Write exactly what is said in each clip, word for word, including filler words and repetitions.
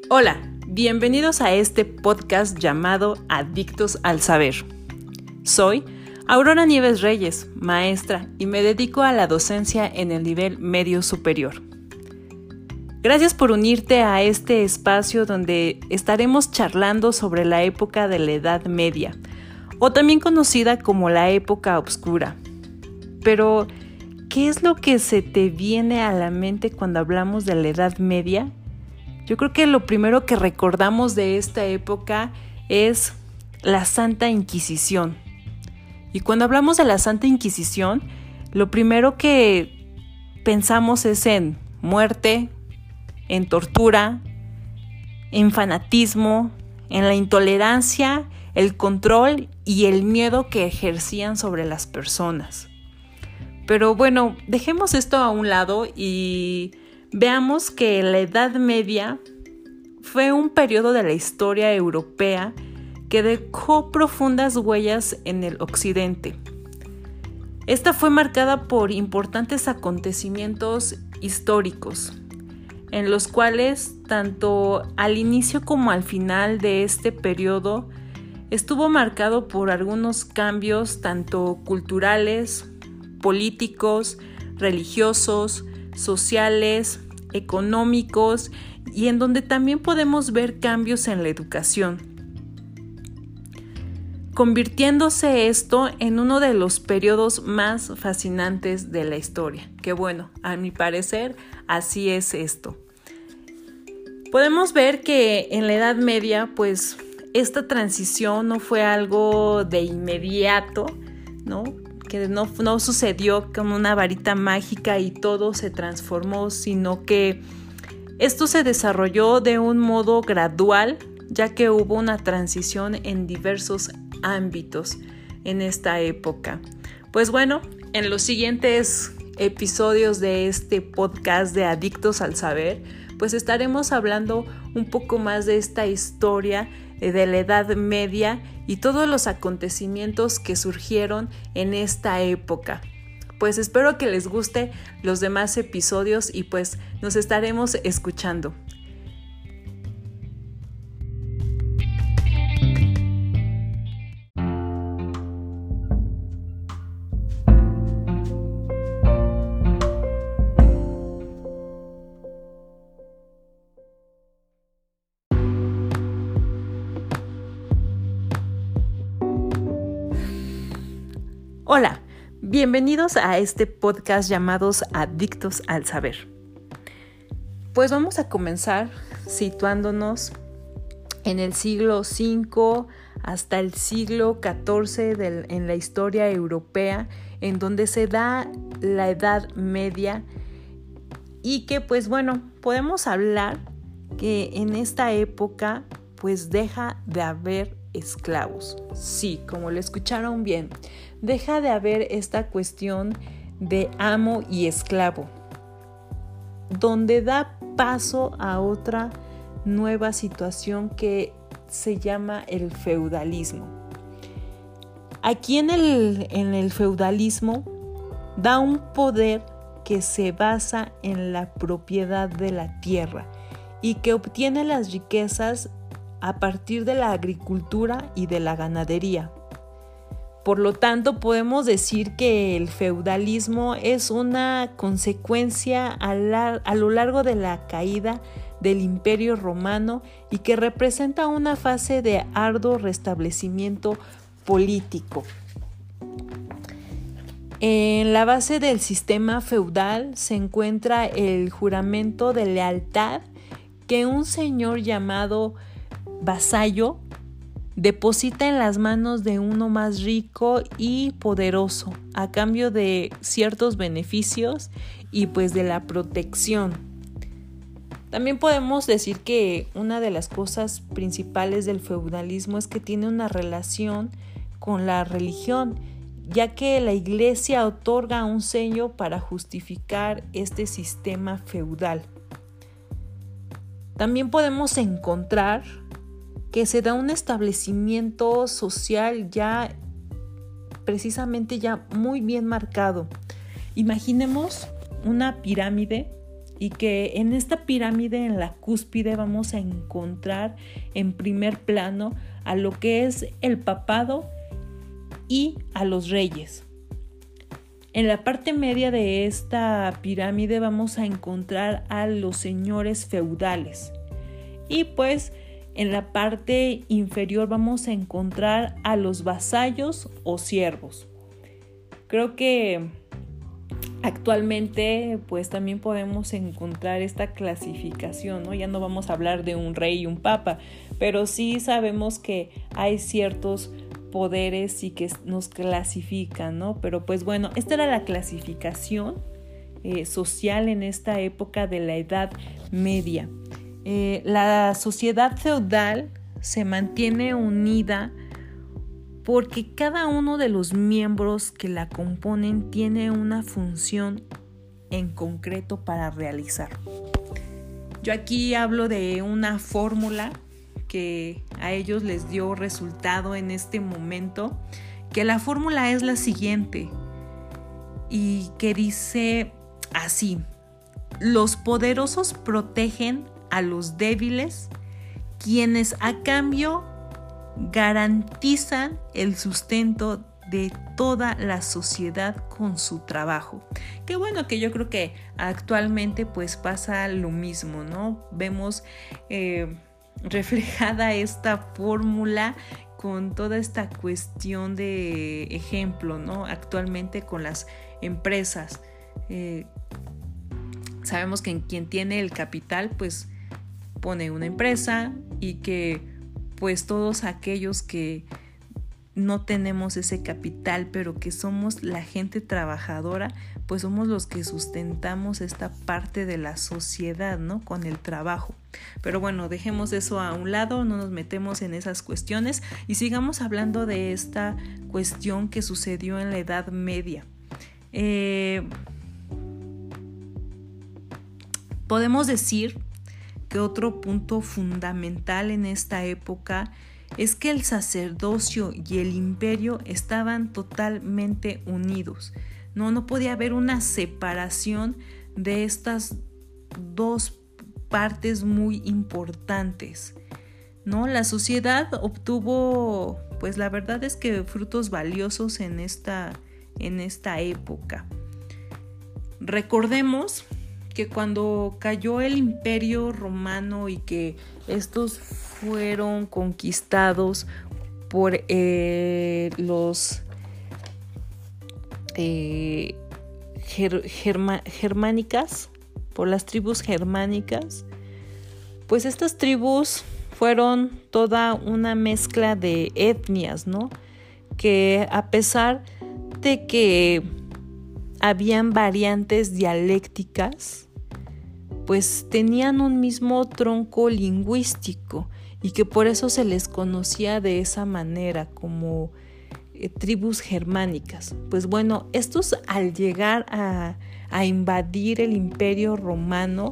Hola, bienvenidos a este podcast llamado Adictos al Saber. Soy Aurora Nieves Reyes, maestra, y me dedico a la docencia en el nivel medio superior. Gracias por unirte a este espacio donde estaremos charlando sobre la época de la Edad Media, o también conocida como la época oscura. Pero, ¿qué es lo que se te viene a la mente cuando hablamos de la Edad Media? Yo creo que lo primero que recordamos de esta época es la Santa Inquisición. Y cuando hablamos de la Santa Inquisición, lo primero que pensamos es en muerte, en tortura, en fanatismo, en la intolerancia, el control y el miedo que ejercían sobre las personas. Pero bueno, dejemos esto a un lado y veamos que la Edad Media fue un periodo de la historia europea que dejó profundas huellas en el occidente. Esta fue marcada por importantes acontecimientos históricos, en los cuales tanto al inicio como al final de este periodo estuvo marcado por algunos cambios tanto culturales, políticos, religiosos, sociales, económicos y en donde también podemos ver cambios en la educación, convirtiéndose esto en uno de los periodos más fascinantes de la historia, que bueno, a mi parecer así es esto. Podemos ver que en la Edad Media pues esta transición no fue algo de inmediato, ¿no? que no, no sucedió como una varita mágica y todo se transformó, sino que esto se desarrolló de un modo gradual, ya que hubo una transición en diversos ámbitos en esta época. Pues bueno, en los siguientes episodios de este podcast de Adictos al Saber, pues estaremos hablando un poco más de esta historia de la Edad Media y todos los acontecimientos que surgieron en esta época. Pues espero que les guste los demás episodios y pues nos estaremos escuchando. Hola, bienvenidos a este podcast llamados Adictos al Saber. Pues vamos a comenzar situándonos en el siglo cinco hasta el siglo catorce del, en la historia europea, en donde se da la Edad Media y que pues bueno, podemos hablar que en esta época pues deja de haber esclavos. Sí, como lo escucharon bien, deja de haber esta cuestión de amo y esclavo, donde da paso a otra nueva situación que se llama el feudalismo. Aquí en el, en el feudalismo da un poder que se basa en la propiedad de la tierra y que obtiene las riquezas a partir de la agricultura y de la ganadería. Por lo tanto, podemos decir que el feudalismo es una consecuencia a, la, a lo largo de la caída del Imperio Romano y que representa una fase de arduo restablecimiento político. En la base del sistema feudal se encuentra el juramento de lealtad que un señor llamado vasallo deposita en las manos de uno más rico y poderoso a cambio de ciertos beneficios y pues de la protección. También podemos decir que una de las cosas principales del feudalismo es que tiene una relación con la religión, ya que la iglesia otorga un sello para justificar este sistema feudal. También podemos encontrar que se da un establecimiento social ya precisamente ya muy bien marcado. Imaginemos una pirámide y que en esta pirámide, en la cúspide, vamos a encontrar en primer plano a lo que es el papado y a los reyes. En la parte media de esta pirámide vamos a encontrar a los señores feudales y pues en la parte inferior vamos a encontrar a los vasallos o siervos. Creo que actualmente pues también podemos encontrar esta clasificación, ¿no? Ya no vamos a hablar de un rey y un papa, pero sí sabemos que hay ciertos poderes y que nos clasifican, ¿no? Pero pues bueno, esta era la clasificación eh, social en esta época de la Edad Media. Eh, la sociedad feudal se mantiene unida porque cada uno de los miembros que la componen tiene una función en concreto para realizar. Yo aquí hablo de una fórmula que a ellos les dio resultado en este momento, que la fórmula es la siguiente y que dice así: los poderosos protegen a los débiles, quienes a cambio garantizan el sustento de toda la sociedad con su trabajo. Qué bueno que yo creo que actualmente pues pasa lo mismo, ¿no? Vemos eh, reflejada esta fórmula con toda esta cuestión de ejemplo, ¿no? Actualmente con las empresas. Eh, sabemos que quien tiene el capital pues pone una empresa y que pues todos aquellos que no tenemos ese capital, pero que somos la gente trabajadora, pues somos los que sustentamos esta parte de la sociedad, ¿no? Con el trabajo. Pero bueno, dejemos eso a un lado, no nos metemos en esas cuestiones y sigamos hablando de esta cuestión que sucedió en la Edad Media. Eh, podemos decir que otro punto fundamental en esta época es que el sacerdocio y el imperio estaban totalmente unidos. No, no podía haber una separación de estas dos partes muy importantes, ¿no? La sociedad obtuvo, pues la verdad es que frutos valiosos en esta, en esta época. Recordemos que cuando cayó el Imperio Romano y que estos fueron conquistados por eh, los eh, ger- germa- germánicas, por las tribus germánicas, pues estas tribus fueron toda una mezcla de etnias, ¿no? Que a pesar de que habían variantes dialécticas, pues tenían un mismo tronco lingüístico y que por eso se les conocía de esa manera como eh, tribus germánicas. Pues bueno, estos al llegar a, a invadir el Imperio Romano,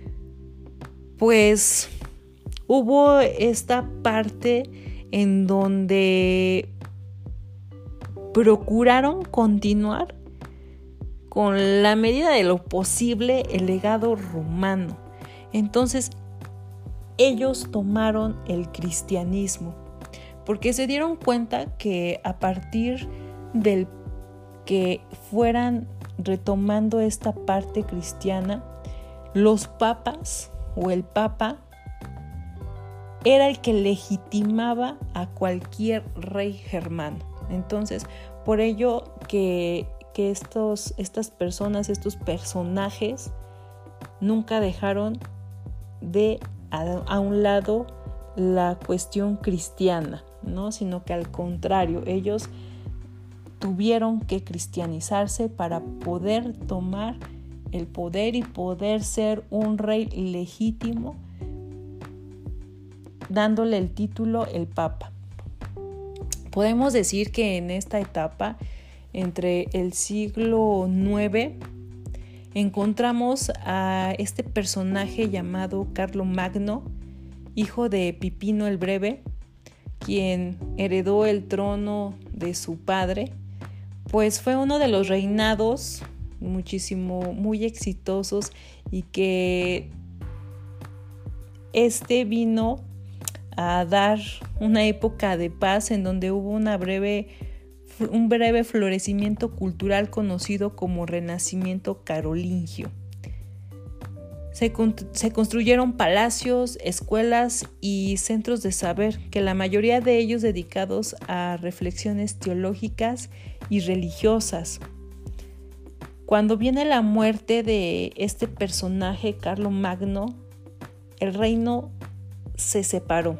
pues hubo esta parte en donde procuraron continuar con la medida de lo posible el legado romano. Entonces, ellos tomaron el cristianismo, porque se dieron cuenta que a partir del que fueran retomando esta parte cristiana, los papas o el papa era el que legitimaba a cualquier rey germano. Entonces, por ello que que estos, estas personas, estos personajes nunca dejaron de a, a un lado la cuestión cristiana, ¿no? Sino que al contrario, ellos tuvieron que cristianizarse para poder tomar el poder y poder ser un rey legítimo, dándole el título el Papa. Podemos decir que en esta etapa, entre el siglo nueve, encontramos a este personaje llamado Carlomagno, hijo de Pipino el Breve, quien heredó el trono de su padre, pues fue uno de los reinados muchísimo, muy exitosos, y que este vino a dar una época de paz en donde hubo una breve, un breve florecimiento cultural conocido como Renacimiento carolingio. Se, se construyeron palacios, escuelas y centros de saber, que la mayoría de ellos dedicados a reflexiones teológicas y religiosas. Cuando viene la muerte de este personaje, Carlomagno, el reino se separó.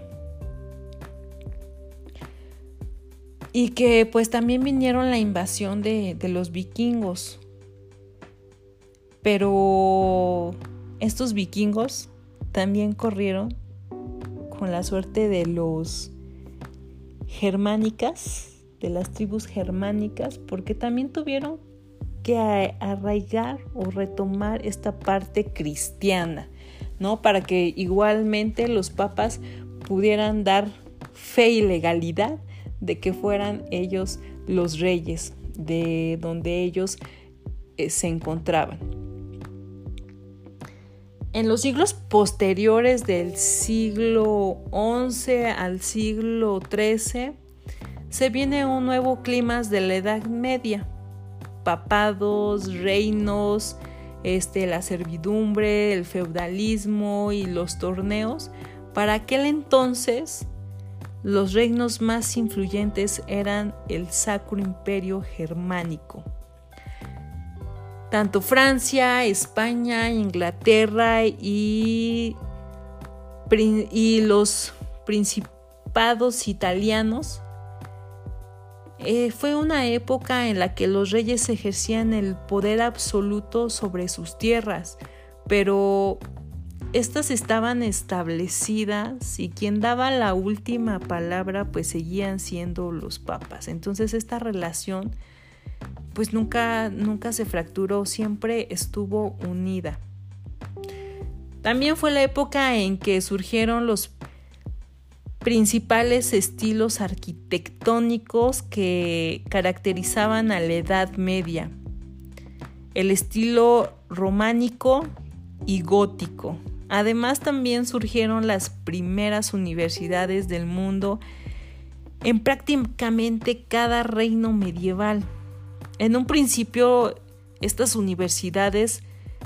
Y que pues también vinieron la invasión de, de los vikingos. Pero estos vikingos también corrieron con la suerte de los germánicas, de las tribus germánicas, porque también tuvieron que arraigar o retomar esta parte cristiana, ¿no? Para que igualmente los papas pudieran dar fe y legalidad de que fueran ellos los reyes de donde ellos eh, se encontraban. En los siglos posteriores del siglo once al siglo trece se viene un nuevo clima de la Edad Media. Papados, reinos, este, la servidumbre, el feudalismo y los torneos. Para aquel entonces, los reinos más influyentes eran el Sacro Imperio Germánico. Tanto Francia, España, Inglaterra y, y los principados italianos. Eh, fue una época en la que los reyes ejercían el poder absoluto sobre sus tierras, pero estas estaban establecidas y quien daba la última palabra pues seguían siendo los papas. Entonces esta relación pues nunca, nunca se fracturó, siempre estuvo unida. También fue la época en que surgieron los principales estilos arquitectónicos que caracterizaban a la Edad Media: el estilo románico y gótico. Además, también surgieron las primeras universidades del mundo en prácticamente cada reino medieval. En un principio, estas universidades,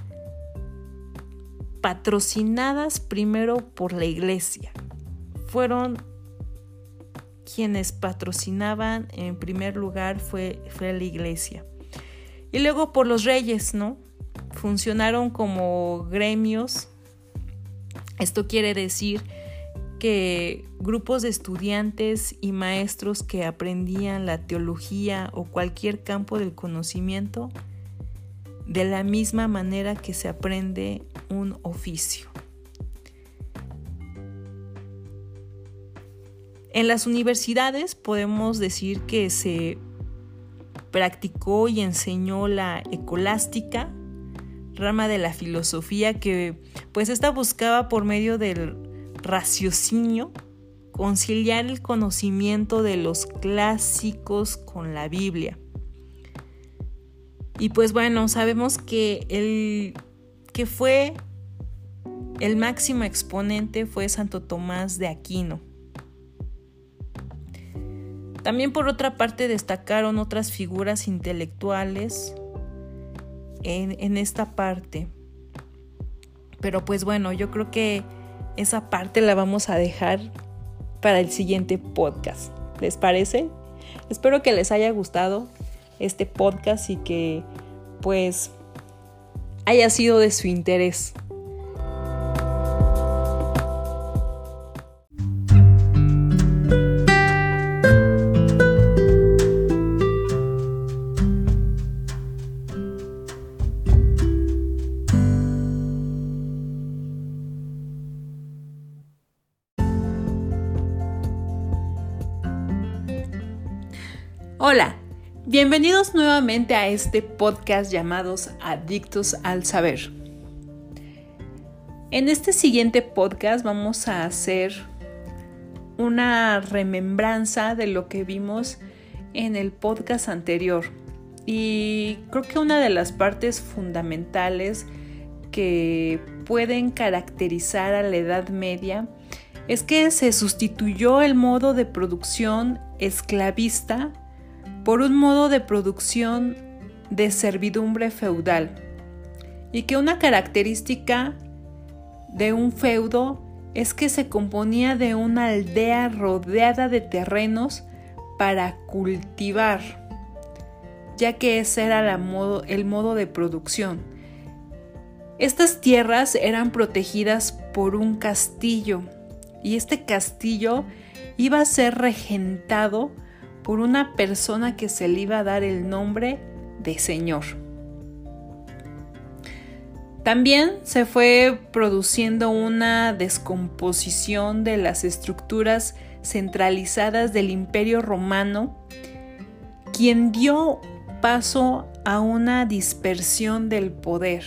patrocinadas primero por la iglesia, fueron quienes patrocinaban en primer lugar fue, fue la iglesia. Y luego por los reyes, ¿no? Funcionaron como gremios. Esto quiere decir que grupos de estudiantes y maestros que aprendían la teología o cualquier campo del conocimiento de la misma manera que se aprende un oficio. En las universidades podemos decir que se practicó y enseñó la escolástica, rama de la filosofía que pues esta buscaba por medio del raciocinio conciliar el conocimiento de los clásicos con la Biblia. Y pues bueno, sabemos que el que fue el máximo exponente fue Santo Tomás de Aquino. También por otra parte destacaron otras figuras intelectuales en, en esta parte. Pero pues bueno, yo creo que esa parte la vamos a dejar para el siguiente podcast. ¿Les parece? Espero que les haya gustado este podcast y que pues haya sido de su interés. Hola, bienvenidos nuevamente a este podcast llamados Adictos al Saber. En este siguiente podcast vamos a hacer una remembranza de lo que vimos en el podcast anterior. Y creo que una de las partes fundamentales que pueden caracterizar a la Edad Media es que se sustituyó el modo de producción esclavista por un modo de producción de servidumbre feudal, y que una característica de un feudo es que se componía de una aldea rodeada de terrenos para cultivar, ya que ese era la modo, el modo de producción. Estas tierras eran protegidas por un castillo, y este castillo iba a ser regentado por una persona que se le iba a dar el nombre de señor. También se fue produciendo una descomposición de las estructuras centralizadas del Imperio Romano, quien dio paso a una dispersión del poder.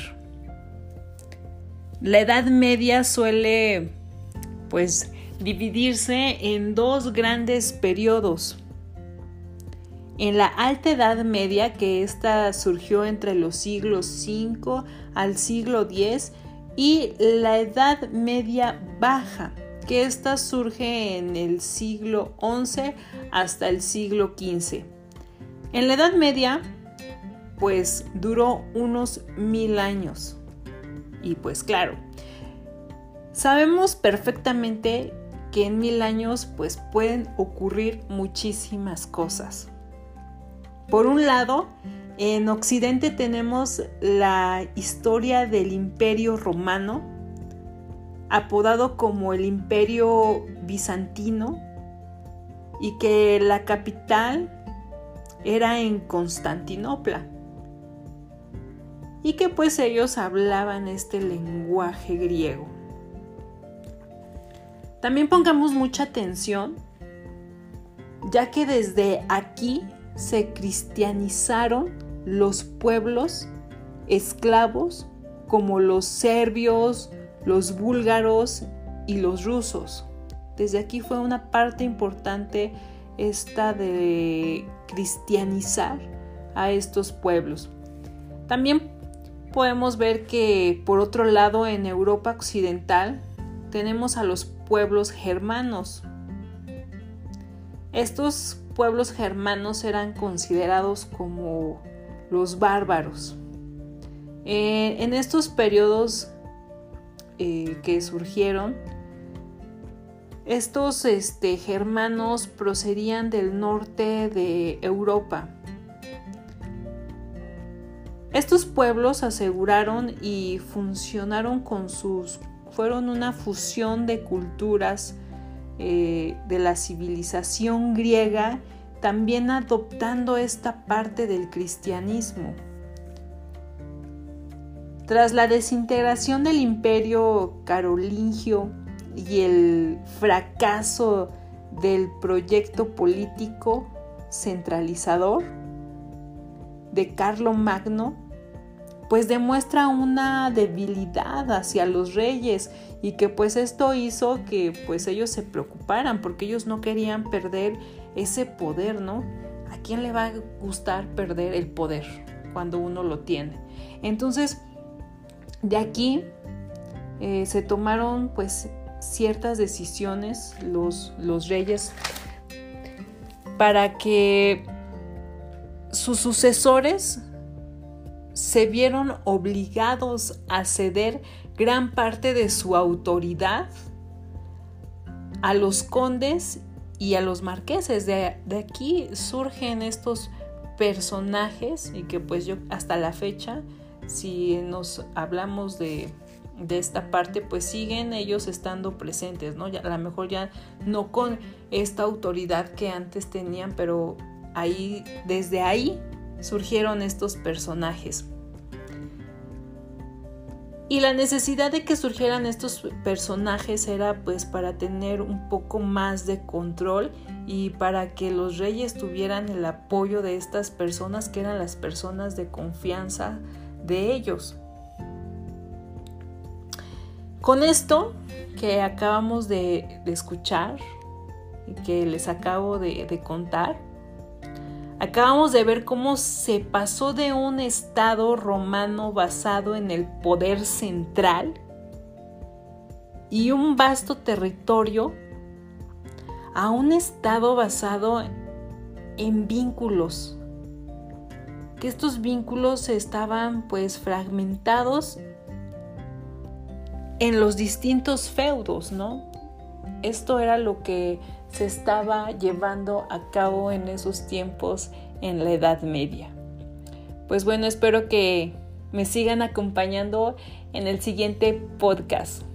La Edad Media suele, pues, dividirse en dos grandes periodos. En la Alta Edad Media, que esta surgió entre los siglos cinco al siglo diez, y la Edad Media Baja, que esta surge en el siglo once hasta el siglo quince. En la Edad Media, pues duró unos mil años. Y pues claro, sabemos perfectamente que en mil años pues pueden ocurrir muchísimas cosas. Por un lado, en Occidente tenemos la historia del Imperio Romano, apodado como el Imperio Bizantino, y que la capital era en Constantinopla, y que pues ellos hablaban este lenguaje griego. También pongamos mucha atención, ya que desde aquí se cristianizaron los pueblos esclavos como los serbios, los búlgaros y los rusos. Desde aquí fue una parte importante esta de cristianizar a estos pueblos. También podemos ver que por otro lado en Europa occidental tenemos a los pueblos germanos. Estos pueblos germanos eran considerados como los bárbaros. Eh, en estos periodos eh, que surgieron, estos este, germanos procedían del norte de Europa. Estos pueblos aseguraron y funcionaron con sus, fueron una fusión de culturas eh, de la civilización griega, también adoptando esta parte del cristianismo. Tras la desintegración del imperio carolingio y el fracaso del proyecto político centralizador de Carlomagno, pues demuestra una debilidad hacia los reyes, y que pues esto hizo que pues ellos se preocuparan porque ellos no querían perder ese poder, ¿no? ¿A quién le va a gustar perder el poder cuando uno lo tiene? Entonces, de aquí eh, se tomaron pues ciertas decisiones los, los reyes para que sus sucesores se vieron obligados a ceder gran parte de su autoridad a los condes y a los marqueses. De, de aquí surgen estos personajes, y que pues yo hasta la fecha, si nos hablamos de, de esta parte, pues siguen ellos estando presentes, ¿no? Ya, a lo mejor ya no con esta autoridad que antes tenían, pero ahí, desde ahí surgieron estos personajes. Y la necesidad de que surgieran estos personajes era pues para tener un poco más de control y para que los reyes tuvieran el apoyo de estas personas, que eran las personas de confianza de ellos. Con esto que acabamos de, de escuchar y que les acabo de, de contar, Acabamos de ver cómo se pasó de un estado romano basado en el poder central y un vasto territorio a un estado basado en vínculos, que estos vínculos estaban pues fragmentados en los distintos feudos, ¿no? Esto era lo que se estaba llevando a cabo en esos tiempos en la Edad Media. Pues bueno, espero que me sigan acompañando en el siguiente podcast.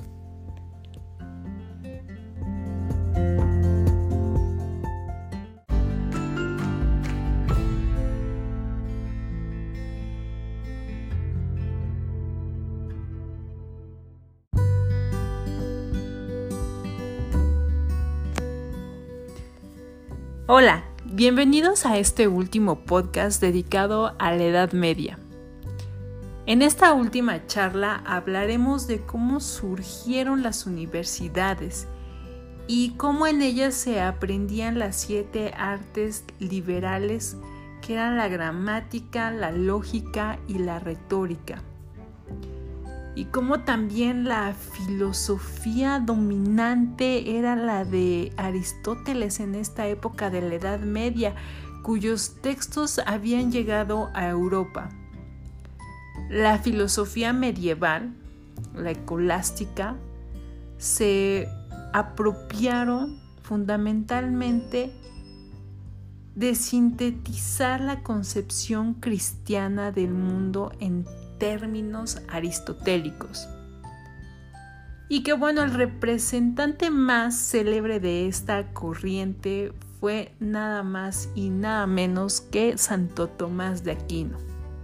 Hola, bienvenidos a este último podcast dedicado a la Edad Media. En esta última charla hablaremos de cómo surgieron las universidades y cómo en ellas se aprendían las siete artes liberales que eran la gramática, la lógica y la retórica. Y cómo también la filosofía dominante era la de Aristóteles en esta época de la Edad Media, cuyos textos habían llegado a Europa. La filosofía medieval, la escolástica, se apropiaron fundamentalmente de sintetizar la concepción cristiana del mundo en términos aristotélicos. Y que bueno, el representante más célebre de esta corriente fue nada más y nada menos que Santo Tomás de Aquino.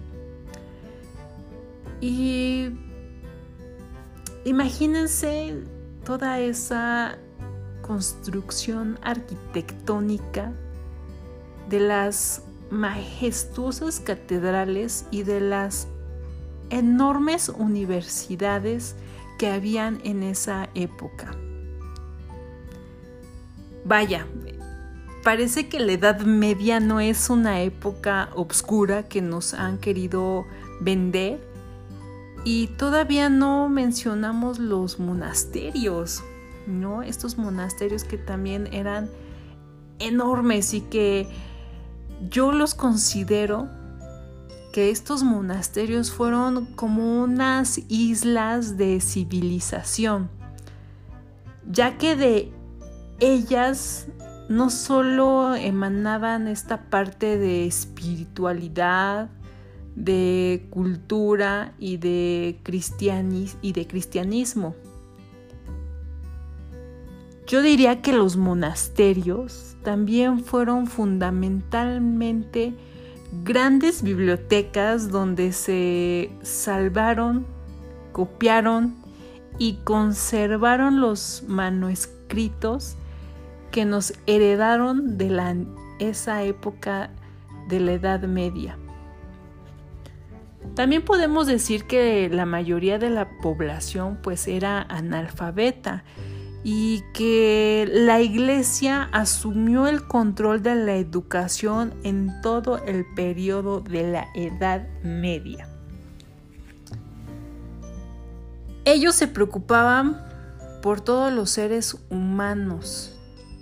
Y imagínense toda esa construcción arquitectónica de las majestuosas catedrales y de las enormes universidades que habían en esa época. Vaya, parece que la Edad Media no es una época oscura que nos han querido vender, y todavía no mencionamos los monasterios, ¿no? Estos monasterios que también eran enormes y que yo los considero que estos monasterios fueron como unas islas de civilización, ya que de ellas no solo emanaban esta parte de espiritualidad, de cultura y de, cristianis- y de cristianismo. Yo diría que los monasterios también fueron fundamentalmente grandes bibliotecas donde se salvaron, copiaron y conservaron los manuscritos que nos heredaron de la, esa época de la Edad Media. También podemos decir que la mayoría de la población pues era analfabeta y que la Iglesia asumió el control de la educación en todo el periodo de la Edad Media. Ellos se preocupaban por todos los seres humanos,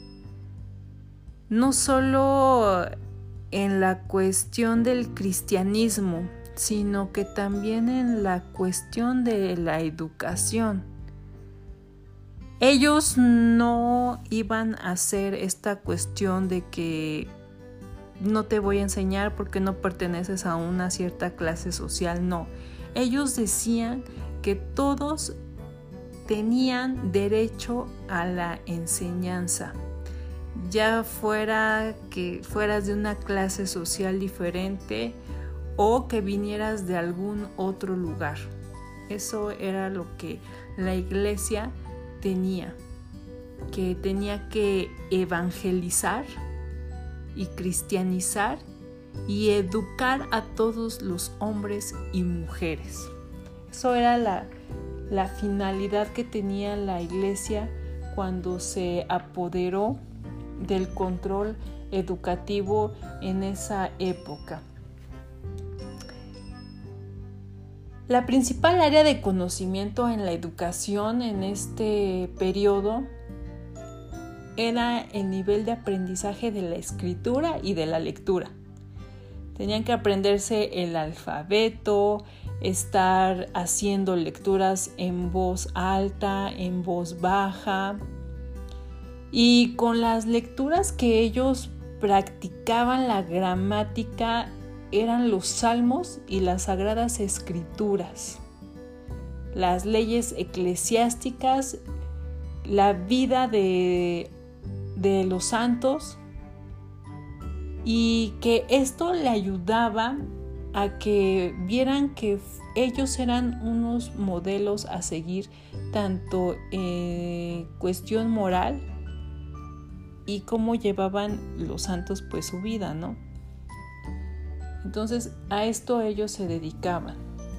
no solo en la cuestión del cristianismo, sino que también en la cuestión de la educación. Ellos no iban a hacer esta cuestión de que no te voy a enseñar porque no perteneces a una cierta clase social, no. Ellos decían que todos tenían derecho a la enseñanza, ya fuera que fueras de una clase social diferente o que vinieras de algún otro lugar. Eso era lo que la Iglesia tenía, que tenía que evangelizar y cristianizar y educar a todos los hombres y mujeres. Eso era la, la finalidad que tenía la Iglesia cuando se apoderó del control educativo en esa época. La principal área de conocimiento en la educación en este periodo era el nivel de aprendizaje de la escritura y de la lectura. Tenían que aprenderse el alfabeto, estar haciendo lecturas en voz alta, en voz baja. Y con las lecturas que ellos practicaban, la gramática eran los salmos y las sagradas escrituras, las leyes eclesiásticas, la vida de, de los santos, y que esto le ayudaba a que vieran que ellos eran unos modelos a seguir, tanto en cuestión moral y cómo llevaban los santos pues su vida, ¿no? Entonces a esto ellos se dedicaban.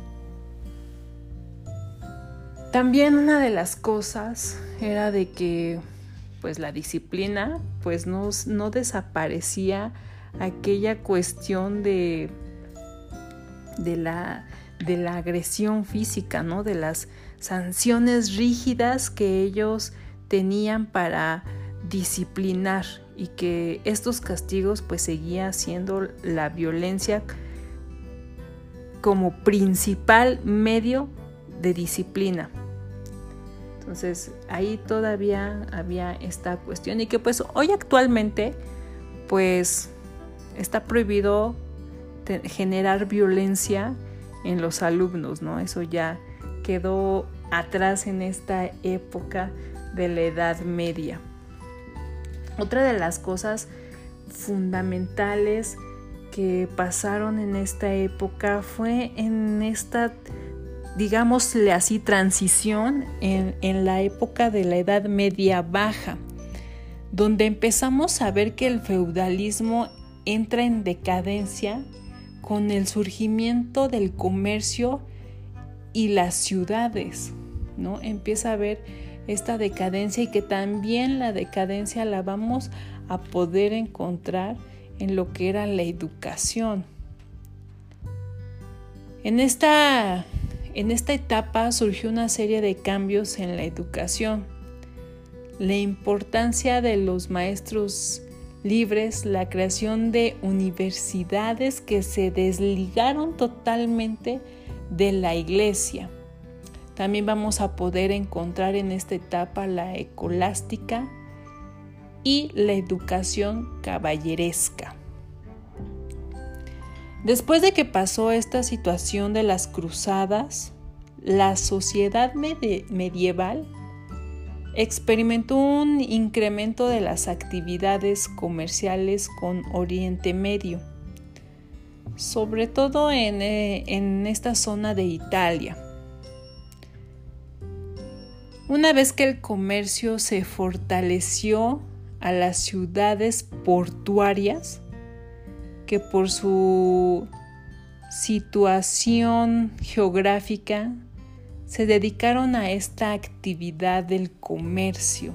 También una de las cosas era de que pues la disciplina pues no, no desaparecía aquella cuestión de, de, la, de la agresión física, ¿no? De las sanciones rígidas que ellos tenían para disciplinar, y que estos castigos pues seguía siendo la violencia como principal medio de disciplina. Entonces ahí todavía había esta cuestión, y que pues hoy actualmente pues está prohibido te- generar violencia en los alumnos, ¿no? Eso ya quedó atrás en esta época de la Edad Media. Otra de las cosas fundamentales que pasaron en esta época fue en esta, digámosle así, transición en, en la época de la Edad Media Baja, donde empezamos a ver que el feudalismo entra en decadencia con el surgimiento del comercio y las ciudades, ¿no? Empieza a haber esta decadencia, y que también la decadencia la vamos a poder encontrar en lo que era la educación. En esta, en esta etapa surgió una serie de cambios en la educación. La importancia de los maestros libres, la creación de universidades que se desligaron totalmente de la iglesia. También vamos a poder encontrar en esta etapa la escolástica y la educación caballeresca. Después de que pasó esta situación de las cruzadas, la sociedad med- medieval experimentó un incremento de las actividades comerciales con Oriente Medio, sobre todo en, eh, en esta zona de Italia. Una vez que el comercio se fortaleció a las ciudades portuarias, que por su situación geográfica se dedicaron a esta actividad del comercio.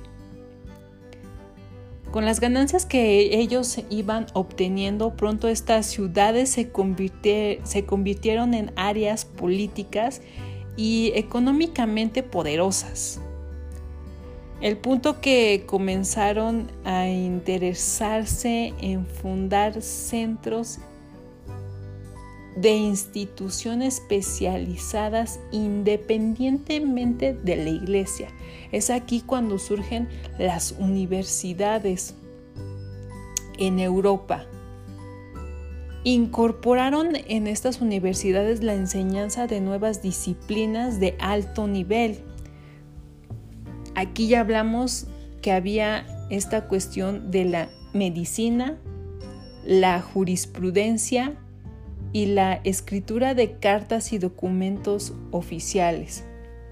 Con las ganancias que ellos iban obteniendo, pronto estas ciudades se, convirti- se convirtieron en áreas políticas y económicamente poderosas. El punto que comenzaron a interesarse en fundar centros de instituciones especializadas independientemente de la iglesia. Es aquí cuando surgen las universidades en Europa. Incorporaron en estas universidades la enseñanza de nuevas disciplinas de alto nivel. Aquí ya hablamos que había esta cuestión de la medicina, la jurisprudencia y la escritura de cartas y documentos oficiales.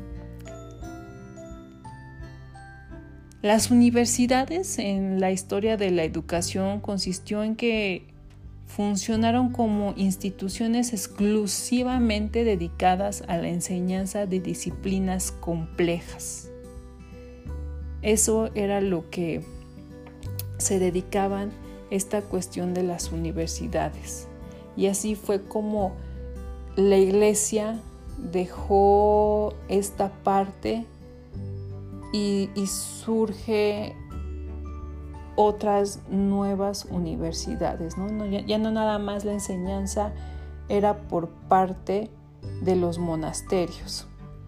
Las universidades en la historia de la educación consistió en que funcionaron como instituciones exclusivamente dedicadas a la enseñanza de disciplinas complejas. Eso era lo que se dedicaban esta cuestión de las universidades. Y así fue como la iglesia dejó esta parte y, y surge otras nuevas universidades, ¿no? No, ya, ya no nada más la enseñanza era por parte de los monasterios.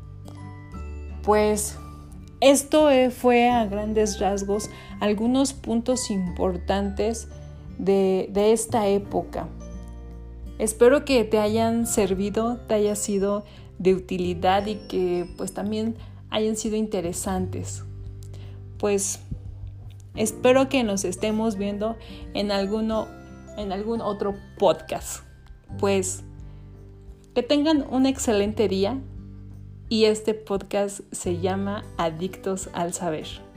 Pues esto fue a grandes rasgos algunos puntos importantes de, de esta época. Espero que te hayan servido, te haya sido de utilidad y que pues también hayan sido interesantes. Pues espero que nos estemos viendo en alguno, en algún otro podcast. Pues que tengan un excelente día y este podcast se llama Adictos al Saber.